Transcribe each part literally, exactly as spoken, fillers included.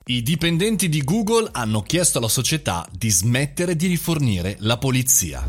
I dipendenti di Google hanno chiesto alla società di smettere di rifornire la polizia.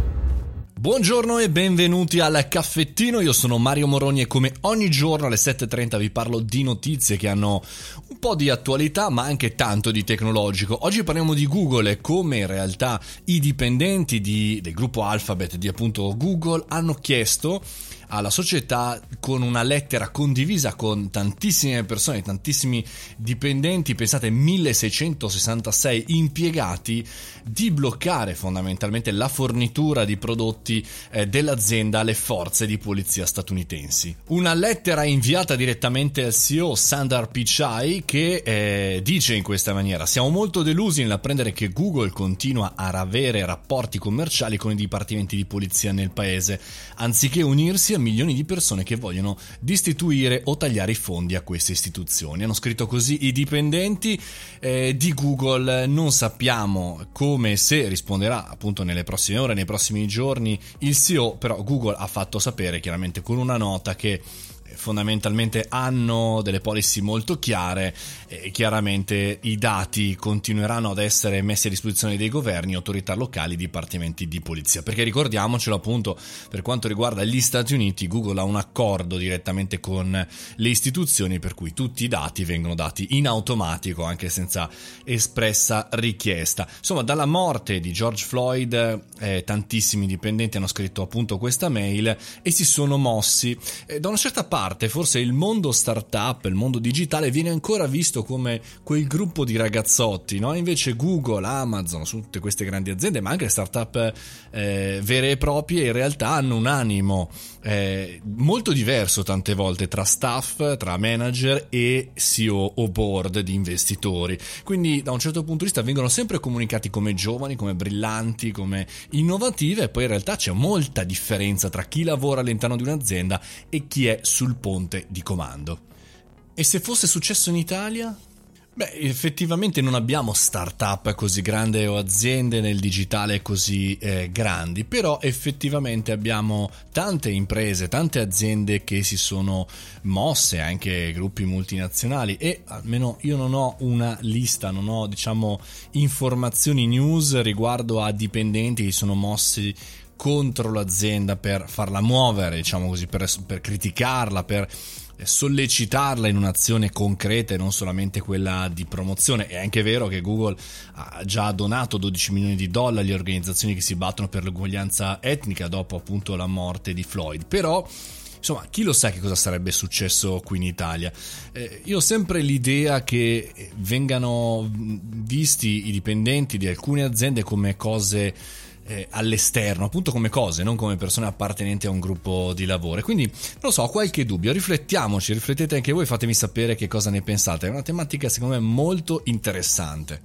Buongiorno e benvenuti al caffettino, io sono Mario Moroni e come ogni giorno alle sette e trenta vi parlo di notizie che hanno un po' di attualità ma anche tanto di tecnologico. Oggi parliamo di Google e come in realtà i dipendenti di, del gruppo Alphabet di appunto Google hanno chiesto alla società, con una lettera condivisa con tantissime persone, tantissimi dipendenti, pensate milleseicentosessantasei impiegati, di bloccare fondamentalmente la fornitura di prodotti eh, dell'azienda alle forze di polizia statunitensi. Una lettera inviata direttamente al C E O Sundar Pichai che eh, dice in questa maniera: siamo molto delusi nell'apprendere che Google continua a avere rapporti commerciali con i dipartimenti di polizia nel paese, anziché unirsi a milioni di persone che vogliono destituire o tagliare i fondi a queste istituzioni. Hanno scritto così i dipendenti eh, di Google. Non sappiamo come, se risponderà appunto nelle prossime ore, nei prossimi giorni il C E O, però Google ha fatto sapere chiaramente con una nota che fondamentalmente hanno delle policy molto chiare e chiaramente i dati continueranno ad essere messi a disposizione dei governi, autorità locali, dipartimenti di polizia, perché ricordiamocelo appunto, per quanto riguarda gli Stati Uniti Google ha un accordo direttamente con le istituzioni per cui tutti i dati vengono dati in automatico anche senza espressa richiesta. Insomma, dalla morte di George Floyd eh, tantissimi dipendenti hanno scritto appunto questa mail e si sono mossi. Eh, da una certa parte forse il mondo startup, il mondo digitale viene ancora visto come quel gruppo di ragazzotti, no? Invece Google, Amazon, tutte queste grandi aziende, ma anche startup eh, vere e proprie, in realtà hanno un animo eh, molto diverso tante volte tra staff, tra manager e C E O o board di investitori. Quindi da un certo punto di vista vengono sempre comunicati come giovani, come brillanti, come innovative, e poi in realtà c'è molta differenza tra chi lavora all'interno di un'azienda e chi è sul ponte di comando. E se fosse successo in Italia? Beh, effettivamente non abbiamo start-up così grandi o aziende nel digitale così eh, grandi, però effettivamente abbiamo tante imprese, tante aziende che si sono mosse, anche gruppi multinazionali, e almeno io non ho una lista, non ho diciamo informazioni news riguardo a dipendenti che sono mossi contro l'azienda per farla muovere, diciamo così, per, per criticarla, per sollecitarla in un'azione concreta e non solamente quella di promozione. È anche vero che Google ha già donato dodici milioni di dollari alle organizzazioni che si battono per l'uguaglianza etnica dopo appunto la morte di Floyd, però insomma, chi lo sa che cosa sarebbe successo qui in Italia. Eh, io ho sempre l'idea che vengano visti i dipendenti di alcune aziende come cose Eh, all'esterno, appunto come cose, non come persone appartenenti a un gruppo di lavoro. Quindi non lo so, ho qualche dubbio, riflettiamoci, riflettete anche voi, fatemi sapere che cosa ne pensate. È una tematica secondo me molto interessante.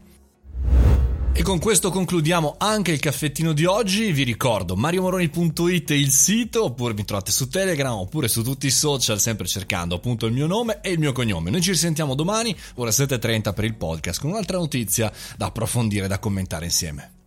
E con questo concludiamo anche il caffettino di oggi. Vi ricordo mariomoroni punto it il sito, oppure mi trovate su Telegram, oppure su tutti i social, sempre cercando appunto il mio nome e il mio cognome. Noi ci risentiamo domani, ora sette e trenta per il podcast, con un'altra notizia da approfondire, da commentare insieme.